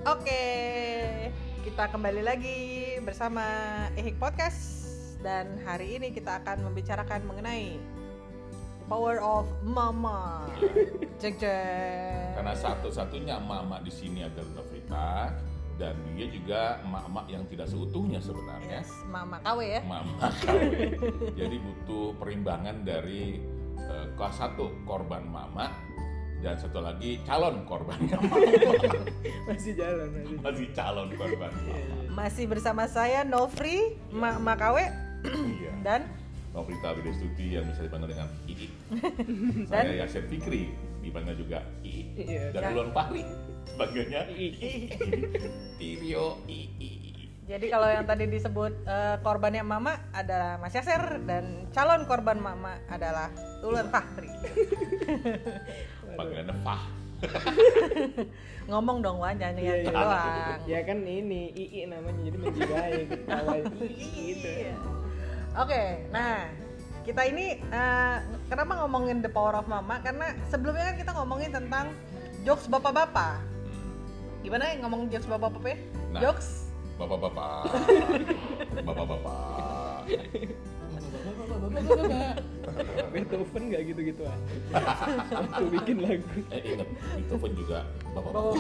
Oke, kita kembali lagi bersama Ehik Podcast. Dan hari ini kita akan membicarakan mengenai the power of mama. Jek. Karena satu-satunya emak-emak di sini adalah Novita, dan dia juga emak-emak yang tidak seutuhnya sebenarnya. Yes, mama KW ya. Emak-emak KW. Jadi butuh perimbangan dari kelas 1 korban mama dan satu lagi calon korban mama. masih calon korban mama. Masih bersama saya Novri, emak KW. Iya. Dan Novita Widestuti yang bisa dipanggil dengan Ii. Saya Yasir Fikri dipanggil juga Ii. Iya. Dan Ulon Fahri panggilnya Ii. Tirio Ii. jadi kalau yang tadi disebut korbannya mama adalah Mas Yasir dan calon korban mama adalah Ulun Fahri. Panggilannya Fah. Ngomong dong Wan, jangan Iya, nyanyi iya. doang. Ya kan ini Ii namanya, jadi menjiwai ketawa gitu. Iya. Oke, nah kita ini kenapa ngomongin the power of mama? Karena sebelumnya kan kita ngomongin tentang jokes bapak-bapak. Gimana ya ngomong jokes bapak-bapak ya? Nah. Jokes Bapak-bapak. Beethoven nggak gitu-gitu ah. Waktu bikin lagu. Ingat, Beethoven juga bapak-bapak.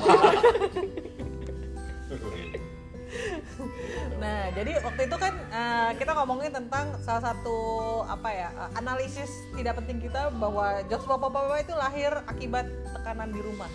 Nah, jadi waktu itu kan kita ngomongin tentang salah satu analisis tidak penting kita bahwa jokes bapak-bapak itu lahir akibat tekanan di rumah.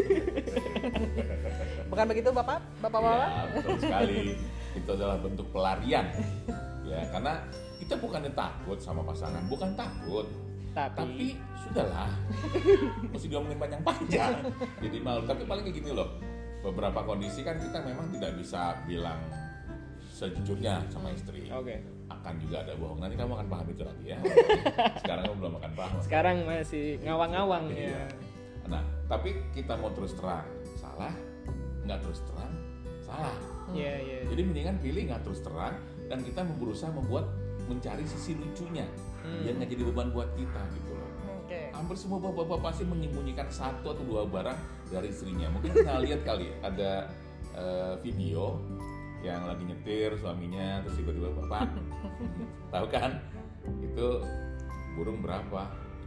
Bukan begitu Bapak-bapak? Ya, betul sekali. Itu adalah bentuk pelarian. Ya, karena kita bukannya takut sama pasangan, bukan takut. Tapi sudahlah. Mesti diomongin panjang-panjang. Jadi malu. Tapi paling kayak gini loh. Beberapa kondisi kan kita memang tidak bisa bilang sejujurnya sama istri. Oke. Akan juga ada bohong. Nanti kamu akan paham itu nanti ya. Sekarang kamu belum akan paham. Sekarang masih ngawang-ngawang Iya. ya. Nah, tapi kita mau terus terang salah, nggak terus terang salah. Iya. Jadi mendingan pilih nggak terus terang dan kita berusaha mencari sisi lucunya biar nggak jadi beban buat kita gitu loh. Oke. Hampir semua bapak-bapak pasti menyembunyikan 1 atau 2 barang dari istrinya. Mungkin kita lihat kali ada video yang lagi nyetir suaminya terus tiba-tiba bapak tahu kan itu burung berapa?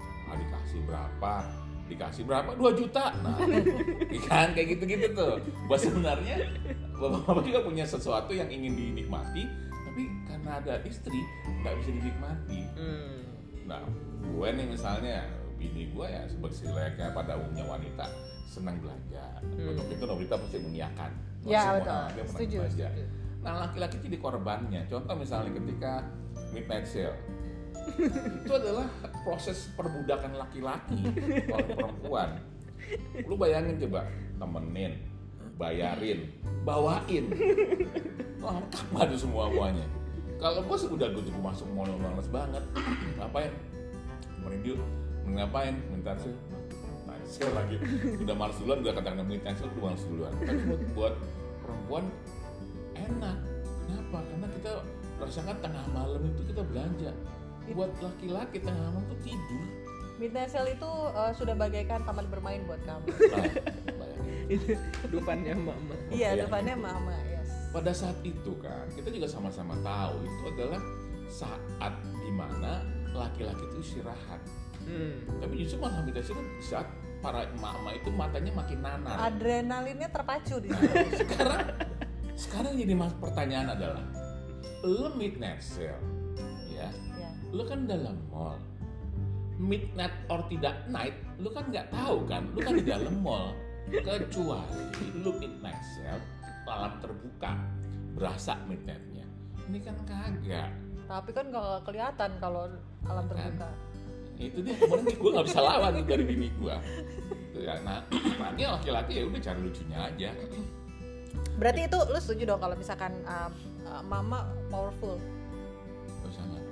Dikasih berapa? 2 juta. Nah, kan kayak gitu-gitu tuh. Bahwa sebenarnya bapak-bapak juga punya sesuatu yang ingin dinikmati, tapi karena ada istri nggak bisa dinikmati. Nah, gue nih misalnya, bini gue ya seperti layaknya pada umumnya wanita senang belanja. Untuk itu Novita pasti mengiyakan. Ya, Semua betul. dia pernah Setuju. belanja. Nah, laki-laki jadi korbannya. Contoh misalnya ketika midnight sale. Itu adalah proses perbudakan laki-laki oleh perempuan. Lu bayangin coba, temenin, bayarin, bawain, lengkap ada semuanya. Kalau gue sih udah gue masuk males banget. Ngapain? Temenin dia, ngapain? Minta sih. Nah, sekali lagi udah males duluan, udah katakan minta sih, udah males duluan. Tapi buat perempuan enak. Kenapa? Karena kita rasakan tengah malam itu kita belanja. Buat laki-laki tengah malam tuh tidur. Midnight sale itu sudah bagaikan taman bermain buat kamu. Nah, bayangin. Itu depannya mama. Iya, depannya mama, yes. Pada saat itu kan kita juga sama-sama tahu itu adalah saat dimana laki-laki itu istirahat. Tapi justru malah midnight sale saat para emak-emak itu matanya makin nanar. Adrenalinnya terpacu di Nah, situ. sekarang jadi pertanyaan adalah, lo midnight sale, ya, Ya. lo kan dalam mall, midnight or tidak night, lo kan nggak tahu kan, lo kan di dalam mall, kecuali lo midnight sale, malam terbuka, berasa midnightnya, ini kan kagak. Tapi kan nggak kelihatan kalau alam terbuka. Itu dia kemarin gue nggak bisa lawan tuh dari bini gue. Tuh ya, nah, dia laki-laki ya udah cari lucunya aja. Berarti itu lu setuju dong kalau misalkan mama powerful? Gak usah nggak?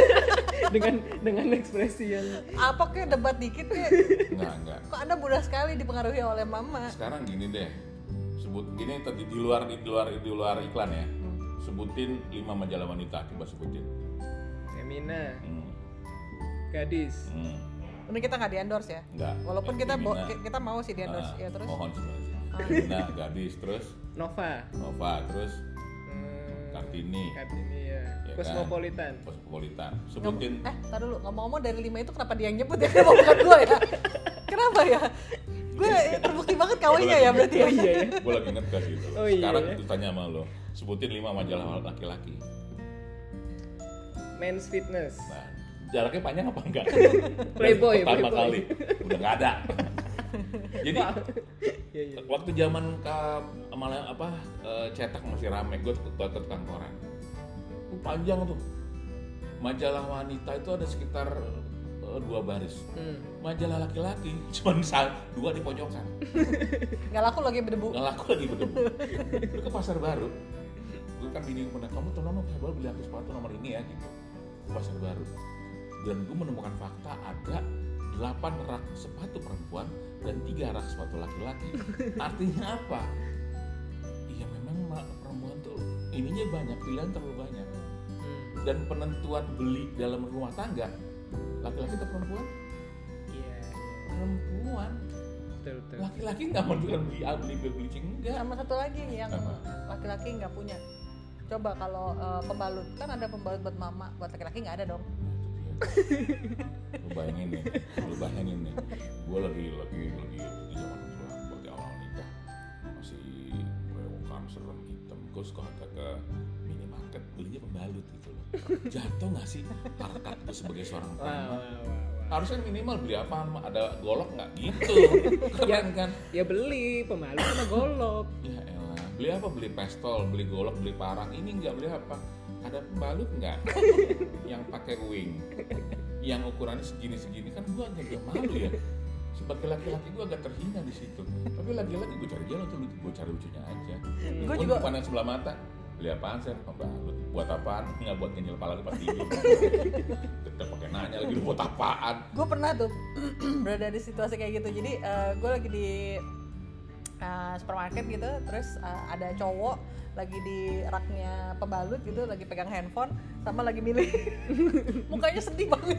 dengan ekspresi yang Apa kayak debat dikit ya? Enggak. Kok Anda mudah sekali dipengaruhi oleh mama? Sekarang gini deh, sebut gini tadi di luar iklan ya. Sebutin 5 majalah wanita, coba sebutin. Femina, Gadis. Ini kita nggak di endorse ya? Enggak. Walaupun Ya, kita Femina. kita mau sih di endorse ya terus. Mohon sebenarnya. Lina gadis, terus Nova. terus Kartini ya. Ya Cosmopolitan. kan? Cosmopolitan. Sebutin. Tar dulu, ngomong-ngomong dari 5 itu kenapa dia yang nyebut ya? Kenapa bukan gue ya? Kenapa ya? Gue terbukti banget kawinnya ya berarti ya? Oh iya ya. Gue lagi ngegas gitu. Oh iya. Sekarang itu tanya sama lo. Sebutin 5 majalah laki-laki. Men's Fitness. Nah, jaraknya panjang apa enggak? Playboy, Pertama Playboy. kali udah nggak ada. Jadi Iya. waktu zaman cetak masih rame, gue ke tukang koran. Panjang tuh. Majalah wanita itu ada sekitar 2 baris. Majalah laki-laki cuma 2 di pojokan. Nggak laku lagi berdebu. Nggak laku lagi berdebu. Gue ke pasar baru. Gue kan bini gue, kamu tolong dong beli aku sepatu nomor ini ya gitu. Pasar baru. Dan gue menemukan fakta ada 8 rak sepatu perempuan dan 3 rak sepatu laki-laki. Artinya apa? Iya memang perempuan tuh ininya banyak, pilihan terlalu banyak. Dan penentuan beli dalam rumah tangga, laki-laki atau perempuan? Iya. Perempuan. Betul. Laki-laki nggak menentukan beli C enggak. Sama satu lagi yang Apa? laki-laki nggak punya. Coba kalau pembalut, kan ada pembalut buat mama, buat laki-laki nggak ada dong. Lu bayangin nih, gue lagi di zaman tua, waktu awal nikah masih berewokan serem hitam, gue suka ke minimarket belinya pembalut gitu loh. Jatuh nggak sih harkat gue sebagai seorang perempuan? Harusnya minimal beli apa, ada golok nggak gitu, keren kan? Ya beli pembalut sama golok. Ya elah, beli apa? Beli pistol, beli golok, beli parang. Ini nggak beli apa? Ada pembalut nggak? Yang pakai wing, yang ukurannya segini kan gue agak malu ya. Sebagai laki-laki gue agak terhina di situ. Tapi lagi-lagi gue cari jalan tuh, gue cari lucunya aja. Gue Gue juga bukan yang sebelah mata. Beli apaan sih? Pembalut. Buat apaan? Nggak buat ngenyel kepala lu pas tidur. Kita pakai nanya lagi, lu buat apaan? gue pernah tuh berada di situasi kayak gitu. Jadi gue lagi di supermarket gitu, terus ada cowok lagi di raknya pembalut gitu, lagi pegang handphone sama lagi milih. Mukanya sedih banget.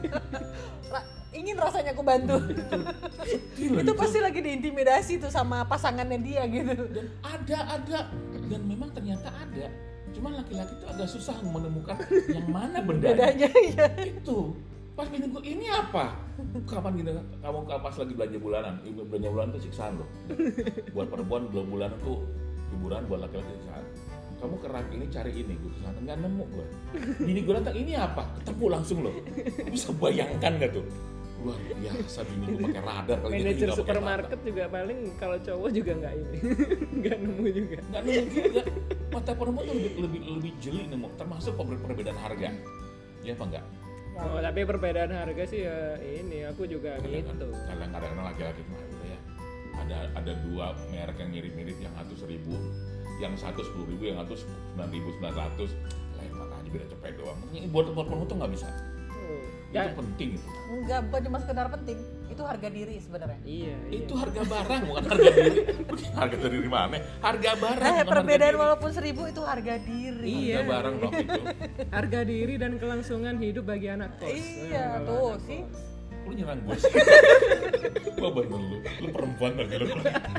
Ingin rasanya aku bantu. Itu pasti lagi diintimidasi tuh sama pasangannya dia gitu. Dan ada dan memang ternyata ada. Cuman laki-laki tuh agak susah menemukan yang mana bedanya. Iya. Itu pas bini gue, ini apa? Kapan gini kamu pas lagi belanja bulanan? Belanja bulanan tuh siksaan loh. Buat perempuan belum bulanan tuh hiburan, buat laki-laki siksaan. Kamu kerak ini cari ini, gue kesana nggak nemu gue. Bini gue datang, ini apa? Ketemu langsung loh. Bisa bayangkan nggak tuh? Luar biasa bini gue pakai radar. Manajer supermarket juga paling kalau cowok juga nggak ini, nggak nemu juga. Nggak nemu juga. Mata perempuan tuh lebih jeli nemu, termasuk perbedaan harga. Ya apa enggak? Oh, tapi perbedaan harga sih ya ini aku juga gitu. Kadang-kadang laki-laki mah ya. Ada 2 merek yang mirip-mirip, yang satu 1.000, yang satu 10.000, yang satu 9.900. Lain makanya beda cepet doang. Buat perempuan tuh nggak bisa. Itu penting itu. Enggak, bukan cuma sekedar penting, itu harga diri sebenarnya. Iya. Itu harga barang bukan harga diri. Harga diri mana? Harga barang. Bukan Perbedaan harga walaupun 1.000 itu harga diri. Iya. Harga barang dong itu. Harga diri dan kelangsungan hidup bagi anak kos. Iya, Nah, tuh kalau anak sih. kos. Lu nyerang gue sih. Gua bener lu perempuan lagi lu.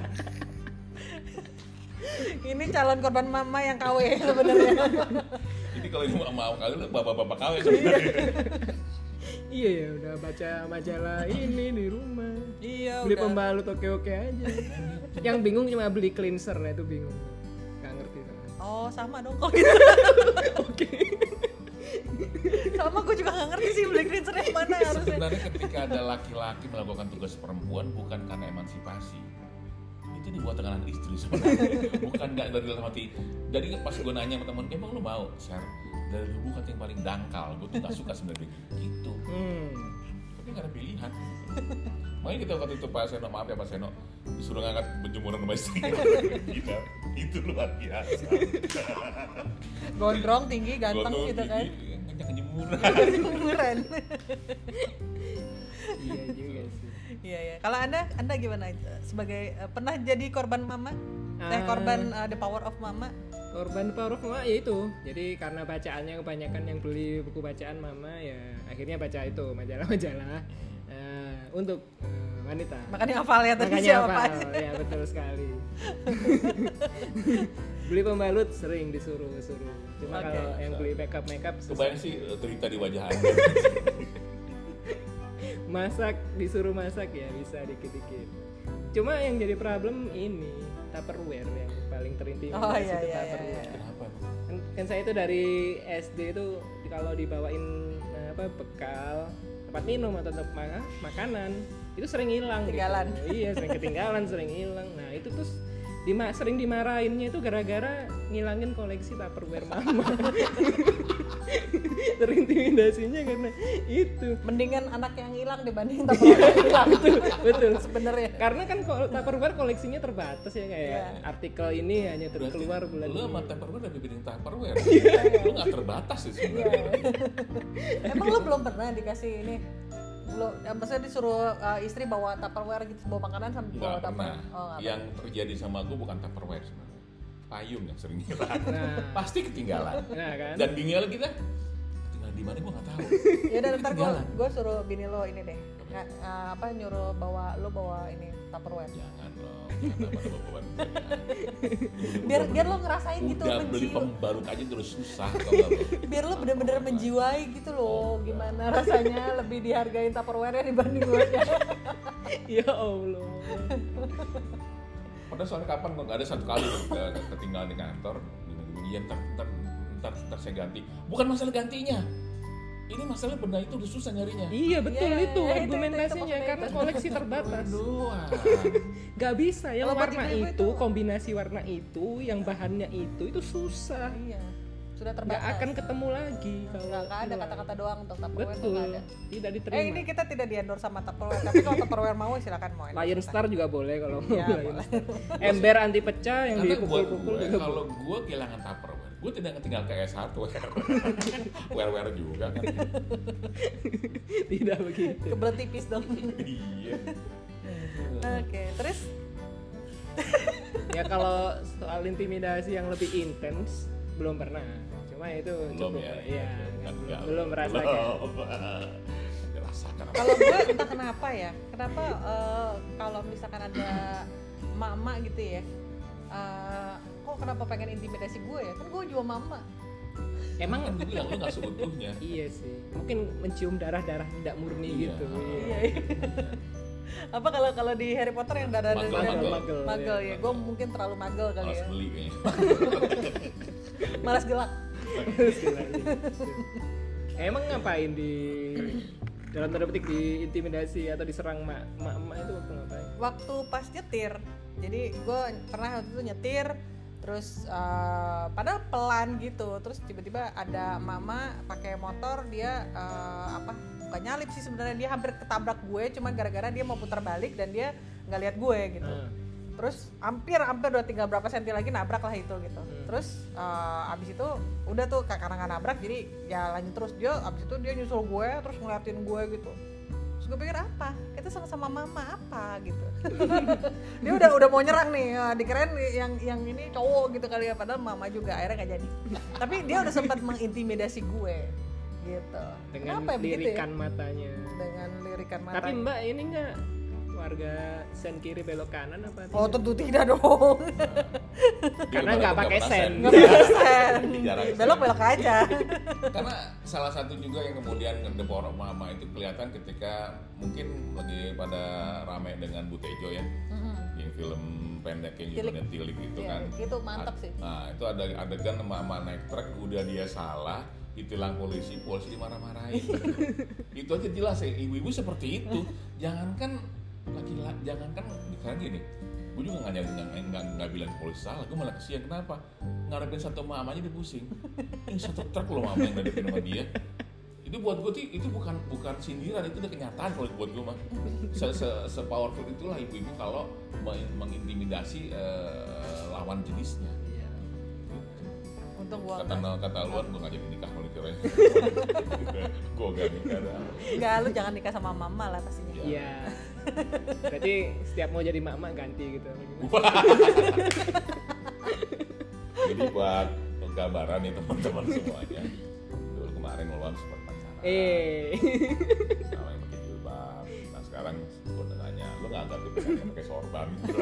Ini calon korban mama yang KW sebenarnya. Jadi kalau ini mau kali lu bapak-bapak KW sebenarnya. Iya ya udah baca majalah ini di rumah. Iya, Beli udah. pembalut oke-oke aja. Yang bingung cuma beli cleanser lah, itu bingung. Gak ngerti tuh. Oh, sama dong kalau gitu. Oke. Sama gue juga gak ngerti sih beli cleanser yang mana harusnya. Sebenarnya ketika ada laki-laki melakukan tugas perempuan bukan karena emansipasi. Itu dibuat tekanan istri sebenarnya. Bukan nggak dari dalam hati. Jadi pas gue nanya sama temen, emang lu mau share dari dulu kata yang paling dangkal, gue tuh nggak suka sebenarnya gitu. Tapi nggak ada pilihan. Makanya kita waktu itu Pak Seno, maaf ya Pak Seno, disuruh ngangkat penjemuran rumah istri. Gila, itu luar biasa. Gondrong, tinggi, ganteng Gondrong, gitu kan. tinggi, kencang jemuran. Jemuran. Iya juga sih. Iya ya. Kalau anda gimana sebagai pernah jadi korban mama? Korban the power of mama? Korban power of mama ya itu. Jadi karena bacaannya kebanyakan yang beli buku bacaan mama, ya akhirnya baca itu majalah-majalah untuk wanita. Makanya hafal ya tadi Makanya siapa. hafal, ya betul sekali. Beli pembalut sering disuruh. Cuma Oke. kalau yang beli makeup susah. Kebayang sih cerita di wajah Anda. Disuruh masak ya bisa dikit-dikit. Cuma yang jadi problem ini Tupperware yang paling terintimidasi Oh, itu iya. Tupperware. Kenapa? Kan saya itu dari SD itu kalau dibawain bekal tempat minum atau tempat makanan itu sering hilang Ketinggalan. gitu. Iya, sering ketinggalan, sering hilang. Nah, itu terus sering dimarahinnya itu gara-gara ngilangin koleksi Tupperware mama. Terintimidasinya karena itu. Mendingan anak yang hilang dibanding Tupperware yang hilang. Betul. Sebenarnya. Karena kan Tupperware koleksinya terbatas ya kayak Iya. artikel ini hanya keluar bulan Lu ini. sama Tupperware lebih penting Tupperware. Lu nggak terbatas sih sebenarnya. Emang lu belum pernah dikasih ini? Belum, maksudnya disuruh istri bawa Tupperware gitu, bawa makanan sambil bawa Nggak pernah. Tupperware. Oh, nggak Yang terjadi sama gue bukan Tupperware sebenarnya. Payung yang sering hilang. Nah. Pasti ketinggalan. Nah, kan? Dan bingel kita ketinggalan di mana gue nggak tahu. Ya udah ntar Ketinggalan. gue suruh bini lo ini deh. Nyuruh bawa Tupperware. Jangan dong. Jangan nambah beban. Biar lo ngerasain gitu, Udah beli pembalut aja terus susah tau gak lo. biar lo bener-bener menjiwai gitu loh, gimana rasanya lebih dihargain Tupperware dibanding gue. Ya Allah. Pada soal kapan nggak ada satu kali ketinggalan di kantor, iya ntar saya ganti. Bukan masalah gantinya. Ini masalah benda itu udah susah nyarinya. Iya betul Iya, itu itu argumentasinya maksudnya karena itu. koleksi terbatas. Doang. Gak bisa yang Kalau bagi warna gue itu, kombinasi warna itu, yang bahannya itu susah. Iya, sudah Gak terbatas. akan ketemu lagi kalau Nggak ada keluar. kata-kata doang untuk Tupperware tuh Betul, nggak ada. tidak diterima. Ini kita tidak di-endorse sama Tupperware, tapi kalau Tupperware mau silakan mau. Lion Star juga boleh kalau mau. Iya, Lion boleh. Star. Ember anti pecah yang Karena buat dipukul-pukul gue, juga kalau gue kehilangan Tupperware, gue tidak tinggal ke S1 wear juga kan. tidak begitu. Kebelet tipis dong. Iya. Oke, terus Ya kalau soal intimidasi yang lebih intens belum pernah. Cuma itu Belum cukup. ya. Iya, Kan nggak. belum merasakan. Dirasakan apa? kalau gue entah kenapa ya, kenapa kalau misalkan ada mama gitu ya, kok kenapa pengen intimidasi gue ya? Kan gue juga mama. Emang Kan gue bilang lu nggak seutuhnya. iya sih. Mungkin mencium darah-darah tidak murni Iya. gitu. Iya. Apa kalau di Harry Potter yang ada magel ya? Gue mungkin terlalu magel kali Malas ya. beli kayaknya. Malas gelak. Emang ngapain di dalam tanda petik diintimidasi atau diserang mak itu waktu ngapain? Waktu pas nyetir, jadi gue pernah waktu itu nyetir, terus padahal pelan gitu, terus tiba-tiba ada mama pakai motor, dia bukan nyalip sih sebenarnya, dia hampir ketabrak gue, cuman gara-gara dia mau putar balik dan dia nggak lihat gue gitu. Terus hampir udah tinggal berapa senti lagi nabrak lah itu gitu. Terus abis itu udah tuh karena nggak nabrak jadi ya lanjut terus, abis itu dia nyusul gue terus ngeliatin gue gitu. Terus gue pikir apa? Kita sama-sama mama apa gitu. Dia udah mau nyerang nih, dikirain yang ini cowok gitu kali ya, padahal mama juga, akhirnya nggak jadi. Tapi dia udah sempat mengintimidasi gue gitu. Dengan Kenapa ya begitu ya? lirikan matanya. Dengan lirikan mata. Tapi Mbak ini enggak warga sen kiri belok kanan apa Oh tidak? tentu tidak dong. Karena nggak pakai sen. Nggak pakai sen. Jarang sen. Belok aja. Karena salah satu juga yang kemudian ngedepor mama itu kelihatan ketika mungkin lagi pada ramai dengan Bu Tejo ya, yang film pendek yang judulnya Tilik itu Iya, kan. itu mantap sih. Nah itu ada adegan mama naik truk, udah dia salah, ditilang polisi dimarah-marahin. Itu aja jelas ya, ibu-ibu seperti itu. Jangankan sekarang gini, gue juga nggak bilang polisi salah, gue malah kesian. Kenapa? Ngarepin satu mama aja dia pusing. Ini satu truk loh mama yang ngadepin sama dia. Itu buat gue itu bukan sindiran, itu udah kenyataan kalau buat gue mah. Se-powerful itulah ibu-ibu kalau mengintimidasi lawan jenisnya. Untung gua Kata luar gue nggak jadi nikah kalau dikirain. Gue gak nikah dah. enggak, lu jangan nikah sama mama lah pastinya. Iya. Berarti setiap mau jadi mak ganti gitu. Jadi buat gambaran nih teman-teman semuanya. Dulu kemarin Mulwan sempat pacaran. Sama yang pakai jilbab. Nah sekarang gue nanya, lo nggak pakai sorban gitu.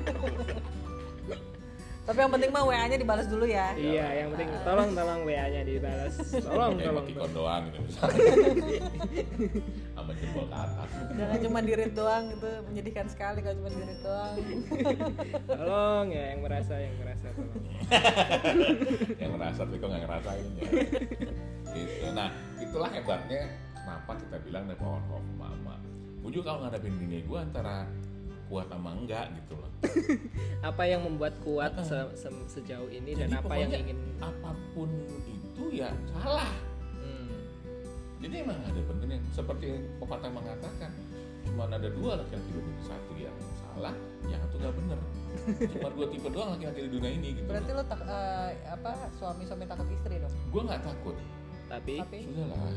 Tapi yang penting mah WA-nya dibalas dulu ya. Iya, yang penting tolong WA-nya dibalas. Tolong. Emoticon doang gitu misalnya. Sama jempol ke atas. Jangan cuma di-read doang, itu menyedihkan sekali kalau cuma di-read doang. Tolong ya yang merasa tolong. Yang merasa tapi kok nggak ngerasain ya. Gitu. Nah, itulah hebatnya kenapa kita bilang the power of mama. Gue juga kalau ngadepin bini gue antara kuat sama enggak gitu loh. Apa yang membuat kuat sejauh ini dan Jadi apa yang ingin apapun itu ya salah. Jadi emang ada pentingnya seperti pepatah mengatakan cuma ada dua laki-laki di dunia, satu yang salah, yang satu nggak bener. Cuma dua tipe doang laki-laki di dunia ini gitu. Berarti lo suami takut istri dong? Gue nggak takut. tapi Sudahlah.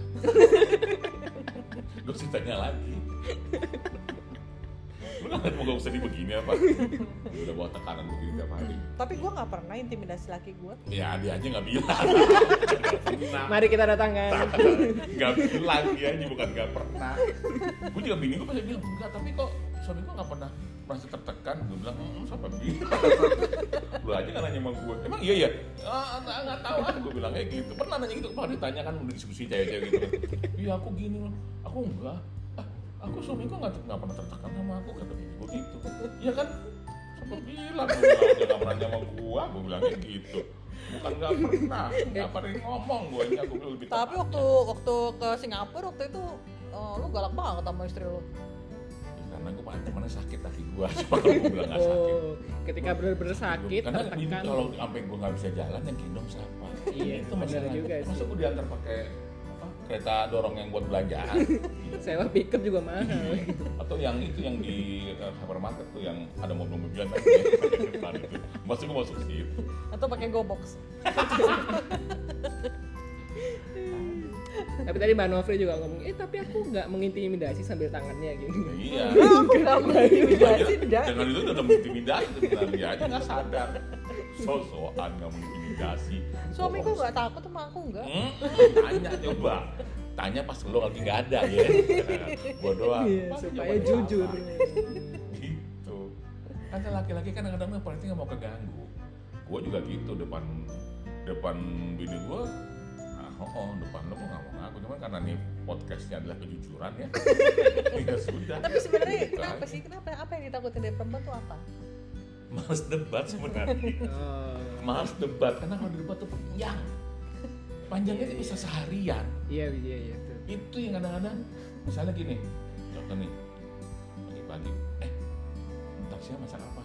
Gue sih tanya lagi. Lu kan mau gak usah begini apa? Udah bawa tekanan begini tiap hari. Tapi gue nggak pernah intimidasi laki gue. Ya dia aja nggak bilang. mari kita datangkan. Nggak bilang dia aja bukan nggak pernah. Gue juga bini gue pasti bilang enggak, tapi kok suami gue nggak pernah merasa tertekan. Gue bilang siapa bilang? Lu aja kan nanya sama gue. Emang iya ya? Nggak tahu ah. Gue bilang gitu. Pernah nanya gitu. Kalau ditanya kan udah diskusi cewek-cewek gitu. Iya aku gini loh. Aku enggak. Aku suamiku nggak pernah tertekan sama aku, kata bini gue gitu. Iya kan? Siapa bilang? Gue bilang aja nggak pernah sama gue bilangnya gitu. Bukan nggak pernah ngomong gue ini aku lebih. Tapi waktu ke Singapura waktu itu lu galak banget sama istri lu. Ya, karena gue mana sakit kaki gue, cuma gue bilang nggak sakit. Ketika benar-benar sakit, Karena tertekan. kalau sampai gue nggak bisa jalan yang gendong siapa? Iya, itu benar masalahnya. juga sih. Masa gue diantar pakai kereta dorong yang buat belanjaan? Sewa pickup juga mahal. Atau yang itu yang di hypermarket tuh yang ada mobil-mobilan lagi depan itu. Masuk ke situ. Atau pakai GoBox. Tapi tadi Mbak Novri juga ngomong, tapi aku nggak mengintimidasi sambil tangannya gini. Iya. Aku nggak mengintimidasi, dah. Jangan itu udah mengintimidasi sebenarnya, dia aja nggak sadar. So-soan nggak mengintimidasi. Suamiku nggak takut sama aku nggak. Tanya coba. Tanya pas lo lagi nggak ada ya. Gua doang. Iya, supaya jujur. Gitu. Kan laki-laki kan kadang-kadang paling nggak mau keganggu. Gua juga gitu depan bini gua. Depan lo nggak mau ngaku, cuma karena nih podcastnya adalah kejujuran ya. Ya sudah. Tapi sebenarnya kenapa sih? Apa yang ditakutin dari perempuan tuh apa? Males debat sebenarnya. Males debat karena kalau debat tuh panjangnya itu bisa seharian. Iya. Itu yang kadang-kadang misalnya gini, contoh nih pagi-pagi, taksinya masak apa?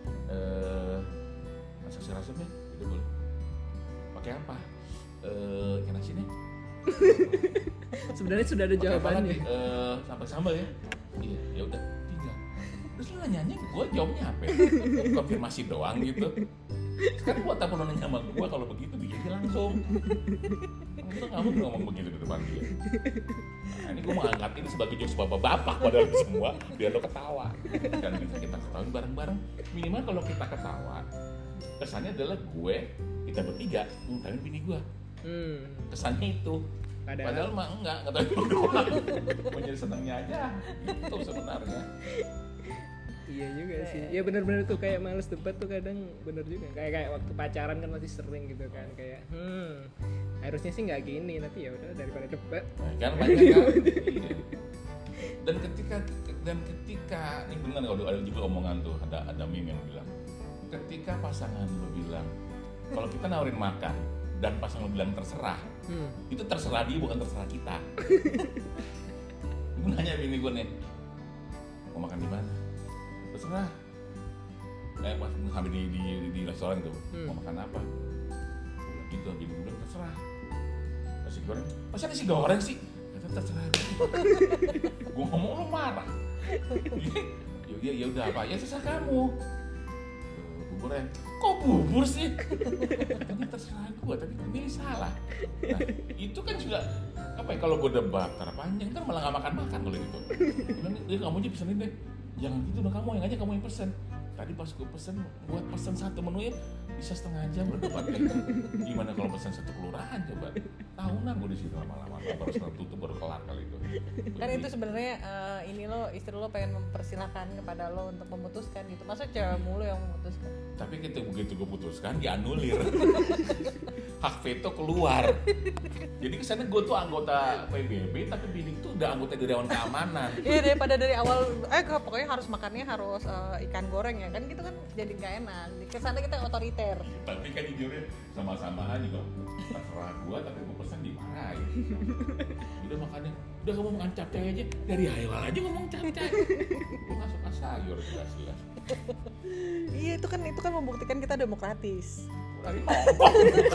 Masak serasem ya, itu boleh. Pakai apa? Ikan asin ya? Sebenarnya sudah ada jawabannya. Sambal ya? Iya, ya udah tinggal. Terus lu nanyanya, gue jawabnya apa? Konfirmasi doang gitu. Sekarang buat apa lu nanya sama gue kalau begitu dia langsung. Kita nggak mungkin ngomong begitu di depan dia. Nah, ini gue mengangkat ini sebagai jokes bapak-bapak padahal semua biar lo ketawa. Dan bisa kita ketawain bareng-bareng. Minimal kalau kita ketawa, kesannya adalah kita bertiga ngutangin bini gue. Kesannya itu. Padahal mah enggak tahu doang. Mau jadi senangnya aja. Itu sebenarnya. Iya juga sih. Ya benar-benar tuh kayak males debat tuh kadang bener juga. Kayak waktu pacaran kan masih sering gitu kan kayak harusnya sih nggak gini, tapi ya udah daripada debat. Nah, kan banyak kan. Iya. Dan ketika ini benar kalau ada juga omongan tuh ada meme yang bilang ketika pasangan lo bilang kalau kita nawarin makan dan pasangan lo bilang terserah, itu terserah dia bukan terserah kita. Gue nanya bini gue nih, mau makan di mana? Terserah. Pas sampai di restoran tuh, mau makan apa? Gitu, bini gue bilang terserah. Nasi goreng, masa nasi goreng sih? Kata terserah. Gue ngomong lo marah. Ya udah apa? Ya terserah kamu. Bubur ya, kok bubur sih? Ini terserah gue, tapi gue pilih salah. Nah, itu kan juga apa ya, kalau gue debat panjang kan malah gak makan-makan kalau gitu. Dia kamu aja pesenin deh. Jangan gitu dong, kamu yang aja, kamu yang pesen. Tadi pas gue buat pesen satu menu ya bisa setengah jam berdebat. Gimana kalau pesen satu kelurahan coba? tahunan gue di sini lama-lama, baru setelah tutup baru kelar kali itu. Kan itu sebenarnya ini lo, istri lo pengen mempersilahkan kepada lo untuk memutuskan gitu. Masa cewek mulu yang memutuskan? Tapi begitu gue putuskan dianulir. Hak veto keluar. Jadi kesannya gue tuh anggota PBB tapi bini tuh udah anggota Dewan Keamanan. Iya, daripada dari awal pokoknya harus makannya harus ikan goreng ya kan, gitu kan jadi nggak enak. Kesannya kita otoriter. Tapi kan jujurnya sama-sama juga terserah gue, tapi gue pesan dimarahin. Udah makannya, udah kamu makan capcay aja, dari awal aja ngomong capcay. Gue nggak suka sayur jelas-jelas. Iya, itu kan membuktikan kita demokratis. Lagi ngomong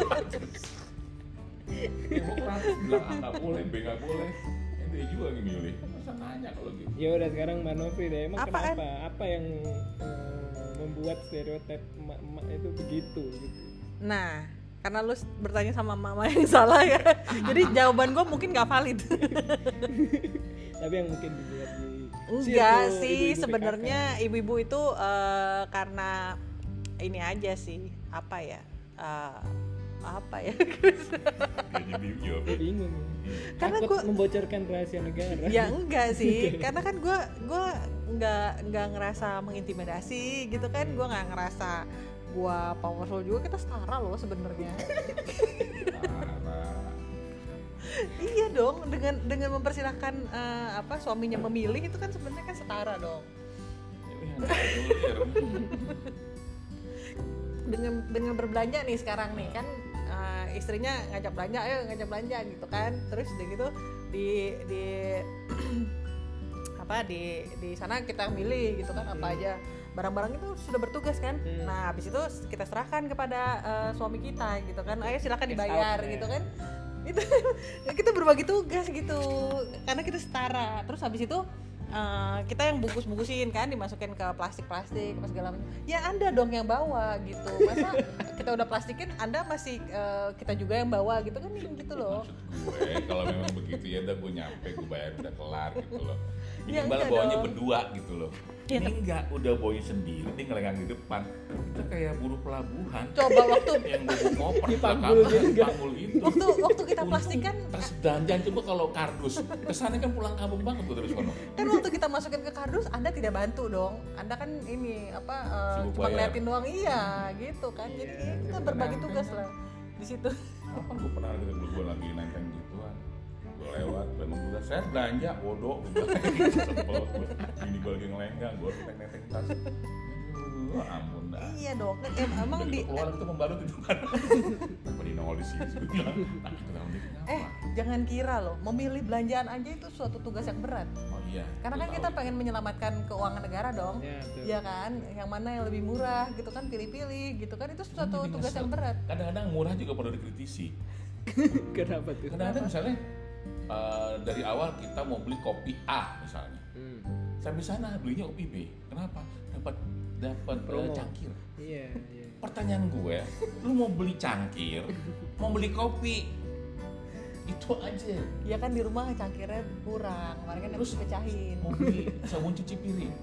demokratis bilang A nggak boleh, B nggak boleh. Dia juga lagi milih. Masa nanya kalau gitu. Ya udah sekarang Mbak Novi deh, emang Apaan? kenapa? Apa yang membuat stereotip emak itu begitu gitu? Nah, karena lu bertanya sama mama yang salah ya. Jadi jawaban gue mungkin nggak valid. Tapi yang mungkin dibuat di Enggak circle sih, ibu-ibu sebenarnya ibu-ibu itu karena ini aja sih, apa ya? Dia jadi jawab. PKK. Bingung ya. Karena Takut gua- membocorkan rahasia negara. Ya enggak sih, karena kan gue nggak ngerasa mengintimidasi gitu kan, gue nggak ngerasa gue powerful juga, kita setara loh sebenarnya. Parah. Iya dong, dengan mempersilahkan suaminya memilih itu kan sebenarnya kan setara dong. Ini yang anulir. Dengan berbelanja nih sekarang nih kan, istrinya ngajak belanja, ayo ngajak belanja gitu kan, terus udah gitu di di sana kita milih gitu kan, apa aja barang-barang itu sudah bertugas kan. Nah habis itu kita serahkan kepada suami kita gitu kan, ayo silakan dibayar Cash out, gitu kan. Itu kita berbagi tugas gitu karena kita setara. Terus habis itu kita yang bungkus-bungkusin kan, dimasukin ke plastik-plastik apa segala macam. Ya Anda dong yang bawa gitu. Masa kita udah plastikin, Anda masih kita juga yang bawa gitu kan, gitu loh. Maksud gue kalau memang begitu ya udah gue nyampe, gue bayar udah kelar gitu loh. Ini Ya, malah enggak bawanya dong. berdua gitu loh. Ya, Ini enggak, udah bawanya sendiri, dia ngelenggang di depan. Kita kayak buruh pelabuhan. Coba waktu Yang bawa koper Dipanggul belakang, juga. dipanggul itu. waktu kita Untung plastikan tas dandan coba kalau kardus kesannya kan pulang kampung banget tuh dari sono. kan, waktu kita masukin ke kardus Anda tidak bantu dong. Anda kan ini Sibuk cuma bayar. ngeliatin doang, iya gitu kan. Jadi kita berbagi tugas lah di situ. Kapan gue pernah gitu, gue lagi nenteng gituan, gue lewat, memang gue saya belanja, bodoh, sebel gue, ini gue lagi ngelenggang, gue nenteng tas, aduh ampun dah. Iya dong, kan emang Begitu di keluar itu membalut itu kan, kenapa di nongol di sini, gue bilang, nah kita dalam diri kenapa? jangan kira loh, memilih belanjaan aja itu suatu tugas yang berat. Oh iya, Karena gua kan tahu. kita pengen menyelamatkan keuangan negara dong. Ya, betul. Iya kan, yang mana yang lebih murah gitu kan, pilih-pilih gitu kan, itu suatu Jadi tugas nyesel. yang berat. Kadang-kadang murah juga perlu dikritisi. Kenapa tuh? Kadang-kadang misalnya dari awal kita mau beli kopi A misalnya, sampai sana belinya kopi B. Kenapa? Dapat Promo. cangkir. Iya, iya. Pertanyaan gue, lu mau beli cangkir, mau beli kopi, itu aja. Ya kan di rumah cangkirnya kurang, kemarin kan harus Terus pecahin. mau beli sabun cuci piring,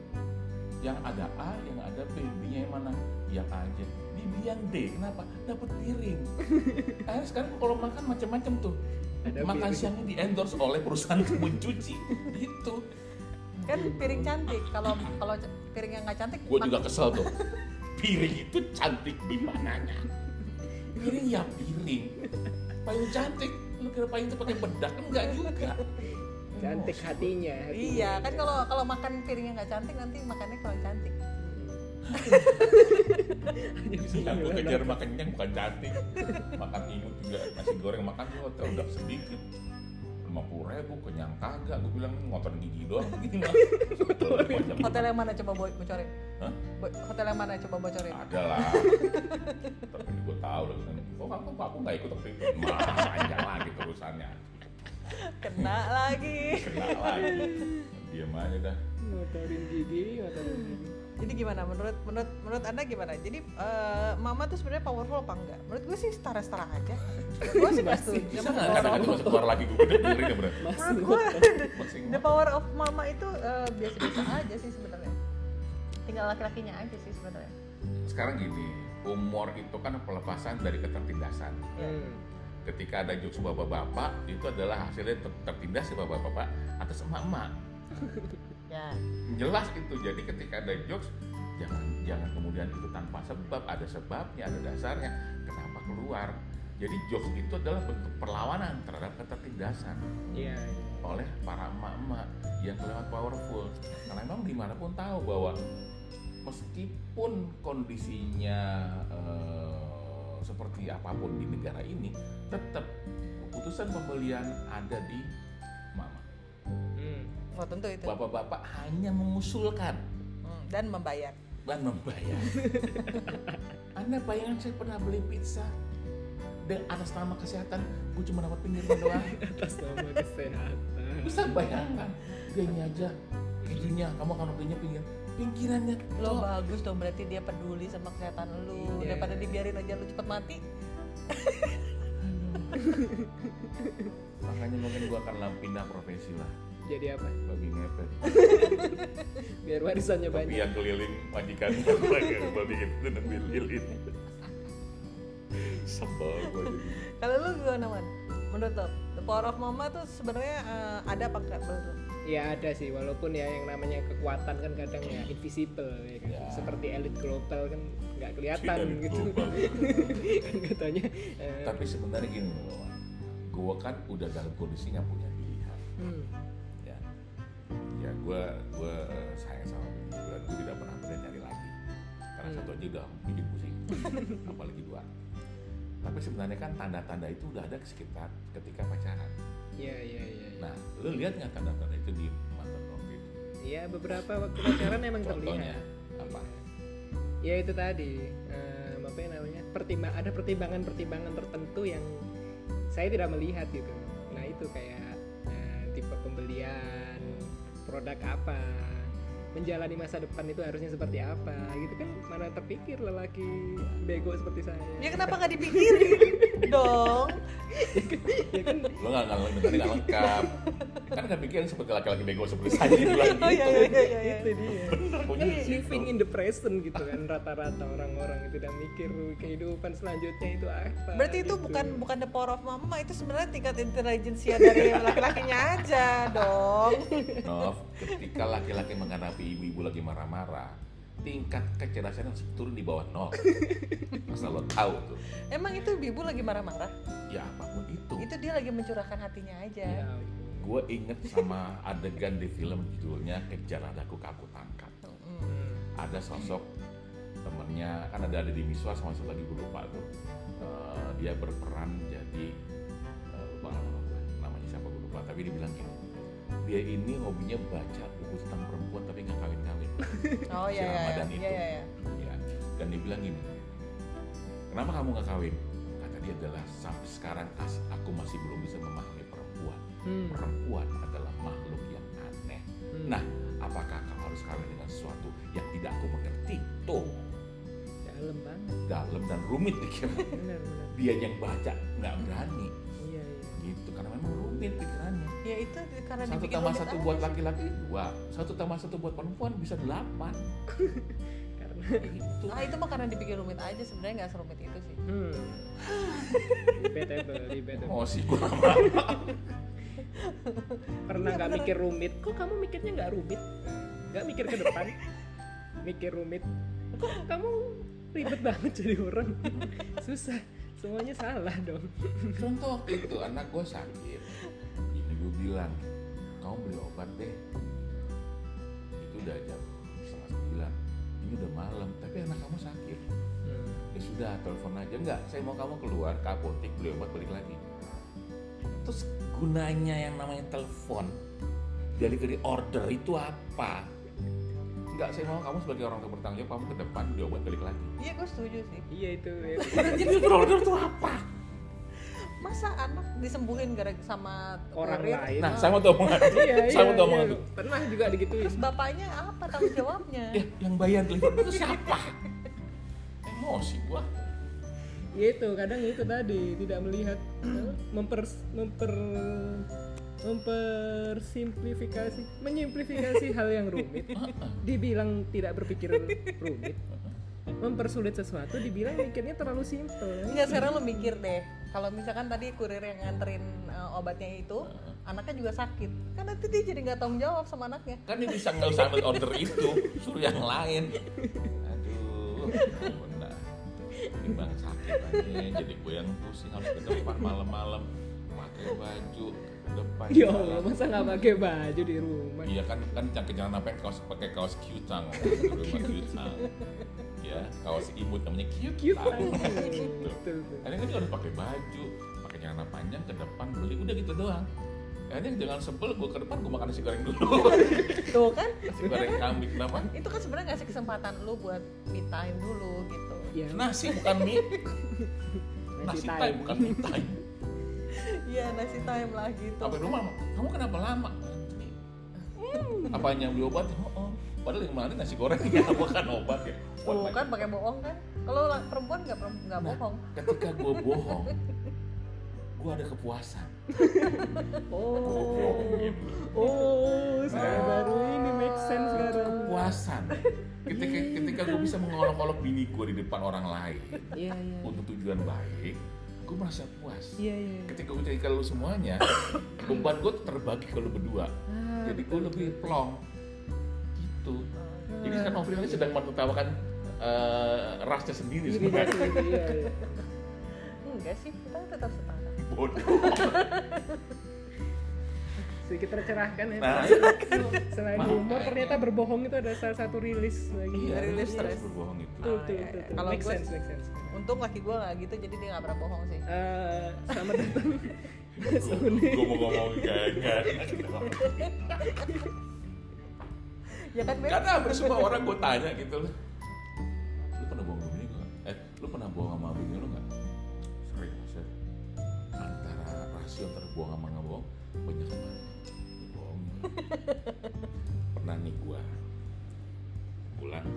yang ada A, yang ada B, B-nya yang mana? Yang A aja. Dibeli yang D, kenapa? Dapat piring. Akhirnya sekarang kalau makan macam-macam tuh. Ada Makan piring. siangnya di endorse oleh perusahaan sabun cuci, gitu. Kan piring cantik, kalau piring yang nggak cantik Gue juga kesel tuh. Piring itu cantik di mananya? Piring ya piring. Payung cantik, lu kira payung itu pakai bedak? Enggak juga. Cantik hatinya. Iya kan, kalau makan piring yang nggak cantik nanti makannya kurang cantik. Hanya bisa Yang gue bilang, kejar makan kenyang bukan cantik. Makan imut juga, nasi goreng makan di hotel udah sedikit. 50.000 kenyang kagak, gue bilang ngotorin gigi doang begini lah. Hotel yang mana coba bocorin? Hah? Hotel yang mana coba bocorin? Ada lah. Tapi gue tahu lah. Oh aku nggak ikut waktu itu. Panjang lagi terusannya. Kena lagi. Kena lagi. Diam aja dah. ngotorin gigi. Jadi gimana menurut Anda gimana? Jadi mama tuh sebenarnya powerful apa enggak? Menurut gue sih setara-setara aja. Gue sih nggak setuju. Bisa nggak kadang-kadang masuk keluar lagi gue dengerin ya bener. Masih Menurut gue Masing the power of mama itu biasa-biasa aja sih sebenarnya. Tinggal laki-lakinya aja sih sebenarnya. Sekarang gini, umur itu kan pelepasan dari ketertindasan. ketika ada jokes bapak-bapak itu adalah hasilnya tertindas si bapak-bapak atas emak-emak. Ya. Jelas itu. Jadi ketika ada jokes jangan kemudian itu tanpa sebab, ada sebabnya, ada dasarnya kenapa keluar. Jadi jokes itu adalah bentuk perlawanan terhadap ketertindasan oleh para emak-emak yang kelewat powerful. Karena memang dimanapun tahu bahwa meskipun kondisinya seperti apapun di negara ini, tetap keputusan pembelian ada di mama. Oh, tentu itu. Bapak-bapak hanya mengusulkan dan membayar. Anda bayangkan saya pernah beli pizza dan atas nama kesehatan, gue cuma dapat pinggirnya doang. Atas nama kesehatan. Bisa bayangkan, dia ini aja kejunya, kamu akan waktunya pinggirannya. Lo bagus dong, berarti dia peduli sama kesehatan lu. Daripada dibiarin aja lu cepet mati. Makanya mungkin gue akan pindah profesi lah. Jadi apa? Babi ngepet. Biar warisannya Babi banyak. yang keliling majikannya. Babi ngepet dan keliling. Sebel gue jadi. Kalau lu gimana, Man? Menurut lo, the power of mama tuh sebenarnya ada apa enggak menurut lo? Ya ada sih, walaupun ya yang namanya kekuatan kan kadang ya invisible ya kan. Ya. Seperti elit global kan nggak kelihatan Elit gitu. global. Kan katanya. Tapi sebenarnya gini loh, gue kan udah dalam kondisi nggak punya pilihan. Ya gue sayang sama bini gue dan gue tidak pernah berani nyari lagi karena satu aja udah bikin pusing, apalagi dua. Tapi sebenarnya kan tanda-tanda itu udah ada sekitar ketika pacaran. Iya. Nah, lu lihat nggak tanda-tanda itu di mantan lo gitu? Iya, beberapa waktu pacaran emang Contohnya terlihat. apa? Ya itu tadi, apa yang namanya? Ada pertimbangan tertentu yang saya tidak melihat gitu. Nah itu kayak tipe pembelian produk apa, menjalani masa depan itu harusnya seperti apa gitu kan, mana terpikir lelaki bego seperti saya. Ya kenapa nggak dipikirin dong? Ya kan Lo nggak lengkap. Kan nggak pikirin seperti laki-laki bego seperti saya gitu lagi. Oh iya. itu dia. Bener punya di situ. Living in the present gitu kan, rata-rata orang-orang itu dan mikir kehidupan selanjutnya itu apa. Berarti itu gitu. bukan the power of mama, itu sebenarnya tingkat intelijensia dari laki-lakinya aja dong. Nov, ketika laki-laki menghadapi ibu-ibu lagi marah-marah, tingkat kecerdasannya turun di bawah 0. Masa lo tahu tuh. Emang itu ibu lagi marah-marah? Ya apapun itu. Itu dia lagi mencurahkan hatinya aja. Ya, Gue inget sama adegan di film judulnya Kejar Adaku Aku Tangkap. Ada sosok temennya, kan ada di Miswa sama satu lagi gue lupa tuh. Dia berperan jadi lupa namanya siapa gue lupa, tapi dia bilang gini, dia ini hobinya baca buku tentang perempuan tapi nggak kawin-kawin. Oh Si iya. Ramadan itu. Iya. Ya. Dan dia bilang gini, kenapa kamu nggak kawin? Kata dia adalah sampai sekarang aku masih belum bisa memahami perempuan. Perempuan adalah makhluk yang aneh. Nah, apakah kamu harus kawin dengan sesuatu yang tidak aku mengerti? Tuh, dalam banget. dalam dan rumit pikiran. Benar. Dia yang baca nggak berani. Iya. Gitu, karena memang rumit pikirannya. Ya itu karena Satu dibikin tambah rumit satu aja buat sih. laki-laki 2, satu tambah satu buat perempuan bisa 8. Karena Gitu. Ah itu mah karena dibikin rumit aja, sebenarnya nggak serumit itu sih. debatable. Emosi gue lama-lama. Pernah nggak mikir rumit? Kok kamu mikirnya nggak rumit? Nggak mikir ke depan? Mikir rumit? Kok kamu ribet banget jadi orang? Susah, semuanya salah dong. Contoh waktu itu anak gue sakit, ini gue bilang, kamu beli obat deh. Itu udah jam 8:30, ini udah malam, tapi anak kamu sakit. Ya sudah, telepon aja. Enggak, saya mau kamu keluar ke apotek beli obat balik lagi. Terus gunanya yang namanya telepon delivery order itu apa? Enggak, saya mau kamu sebagai orang tua bertanggung jawab, kamu ke depan beli obat balik lagi. Iya gue setuju sih. Iya itu. Delivery order itu apa? Masa anak disembuhin gara-gara sama Orang kurir? lain. Nah, saya mau tahu omongan itu. Saya mau tahu omongan itu. Pernah juga digituin. Terus bapaknya apa tanggung jawabnya? Ya, yang bayar delivery itu siapa? Emosi gua. Ya itu kadang itu tadi tidak melihat menyimplifikasi hal yang rumit, dibilang tidak berpikir rumit, mempersulit sesuatu, dibilang mikirnya terlalu simpel. Enggak, sekarang lo mikir deh, kalau misalkan tadi kurir yang nganterin obatnya itu, anaknya juga sakit, kan nanti dia jadi nggak tanggung jawab sama anaknya. Kan dia bisa nggak usah ambil order itu, suruh yang lain. Aduh, benar. Timbang sakit aja, jadi gue yang pusing harus ke depan malam-malam pakai baju ke depan. Ya Allah, masa nggak pakai baju di rumah? Iya kan jangan ngapain pakai kaos cutang di rumah cutang. Ya, kaos imut namanya cutang. Gitu. Kadang kan dia harus pakai baju, pakai celana panjang ke depan beli udah gitu doang. Kayaknya jangan sebel, gue ke depan gue makan nasi goreng dulu. Tuh kan, Nasi goreng kambing kenapa? itu kan sebenarnya ngasih kesempatan lu buat me time dulu gitu. Ya, Nasi bukan mie. Nasi time bukan mie time. Iya, nasi time lah gitu. Sampai rumah, kamu kenapa lama? Antri. Apanya beli obat? Oh. Padahal yang kemarin nasi goreng ya bukan obat ya. Tuh kan pakai bohong kan. Kalau perempuan nggak bohong. Ketika gue bohong, gue ada kepuasan. Oh, saya baru ini make sense sekarang. Kepuasan. Ketika gue bisa mengolok-olok bini gue di depan orang lain Iya. untuk tujuan baik, gue merasa puas. Iya. Ketika gue cari ke lu semuanya, beban gue terbagi ke lu berdua. Jadi gue lebih plong. Gitu. Jadi kan Novri ini sedang menertawakan rasnya sendiri sebenarnya. Iya. Enggak sih, kita tetap setara. Bodoh. Sedikit tercerahkan ya. Nah, Selain humor, ternyata berbohong itu ada salah satu rilis lagi. iya, Rilis iya, stres. berbohong itu. Betul. Kalau Make gue- sense. Untung laki gue nggak gitu, jadi dia nggak pernah bohong sih. Selamat datang. Gue mau ngomong kayaknya. Ya kan, Ben? Karena hampir semua orang gue tanya gitu loh. Lu pernah bohong sama bini gak? Lu pernah bohong sama bini lu gak? Sering maksudnya. Antara rasio antara bohong sama nggak bohong, banyak yang mana? Lu bohong. Pernah nih gue pulang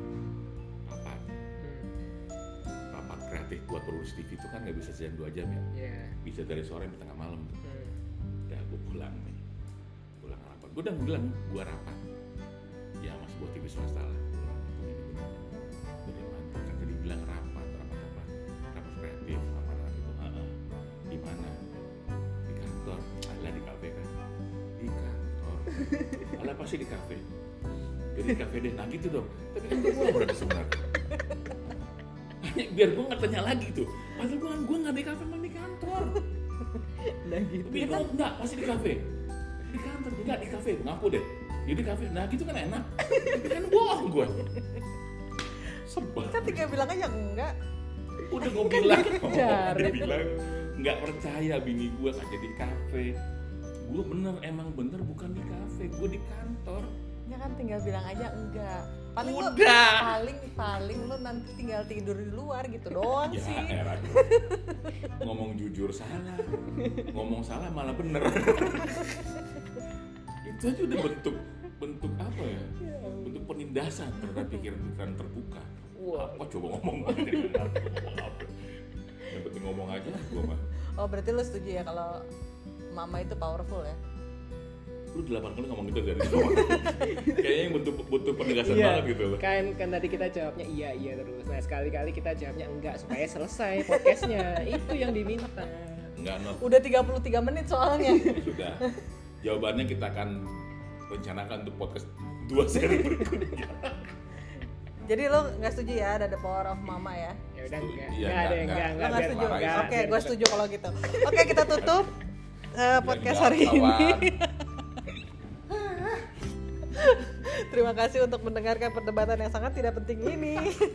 rapat kreatif buat produksi TV itu kan nggak bisa sejam 2 jam ya. Iya. Bisa dari sore sampai tengah malam. Udah gue pulang nih. Pulang rapat. Gue udah bilang gue rapat. Ya mas buat TV swasta lah. Dari mana? Kan jadi bilang rapat apa? Rapat kreatif apa itu? Di mana? Di kantor. Alah di kafe kan? Di kantor. Alah pasti di kafe. Jadi di kafe deh. Nah gitu dong. Tapi kan gue pulang berarti sebenarnya. Biar gue nggak tanya lagi tuh. Padahal gue nggak di kafe, malah di kantor. Nah gitu. Tapi enggak, pasti di kafe. Di kantor, enggak di kafe, ngaku deh. Jadi kafe, nah gitu kan enak. Tapi kan bohong gue. Sebel. Kan tinggal bilang aja enggak. Udah gue bilang, Jaret. dia bilang nggak percaya bini gue kerja di kafe. Gue emang bener bukan di kafe, gue di kantor. Ya kan tinggal bilang aja enggak. Paling Udah. paling lu nanti tinggal tidur di luar gitu doang Ya, sih. heran. Ngomong jujur salah, ngomong salah malah bener. Itu aja udah bentuk apa ya? Bentuk penindasan terhadap pikiran terbuka. Apa coba ngomong apa? Yang penting ngomong aja, gua mah. Oh, berarti lu setuju ya kalau mama itu powerful ya? Lu 8 kali ngomong gitu dari awal. Kayaknya yang bentuk penegasan Iya. banget gitu loh. Kan tadi kita jawabnya iya terus. Nah sekali-kali kita jawabnya enggak supaya selesai podcastnya. Itu yang diminta. Enggak, Not. Udah 33 menit soalnya. Sudah. Jawabannya kita akan rencanakan untuk podcast 2 seri berikutnya. Jadi lo nggak setuju ya ada the power of mama ya? Ya udah enggak. Iya, Enggak ada enggak. enggak. Lo nggak biar setuju? marahin. enggak, Oke, biar gue kita- setuju kalau gitu. Oke, kita tutup podcast hari ini. Kawan. Terima kasih untuk mendengarkan perdebatan yang sangat tidak penting ini.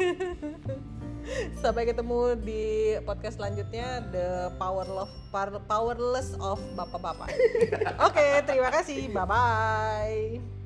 Sampai ketemu di podcast selanjutnya, The Powerless of Bapak-bapak. Oke, terima kasih. Bye-bye.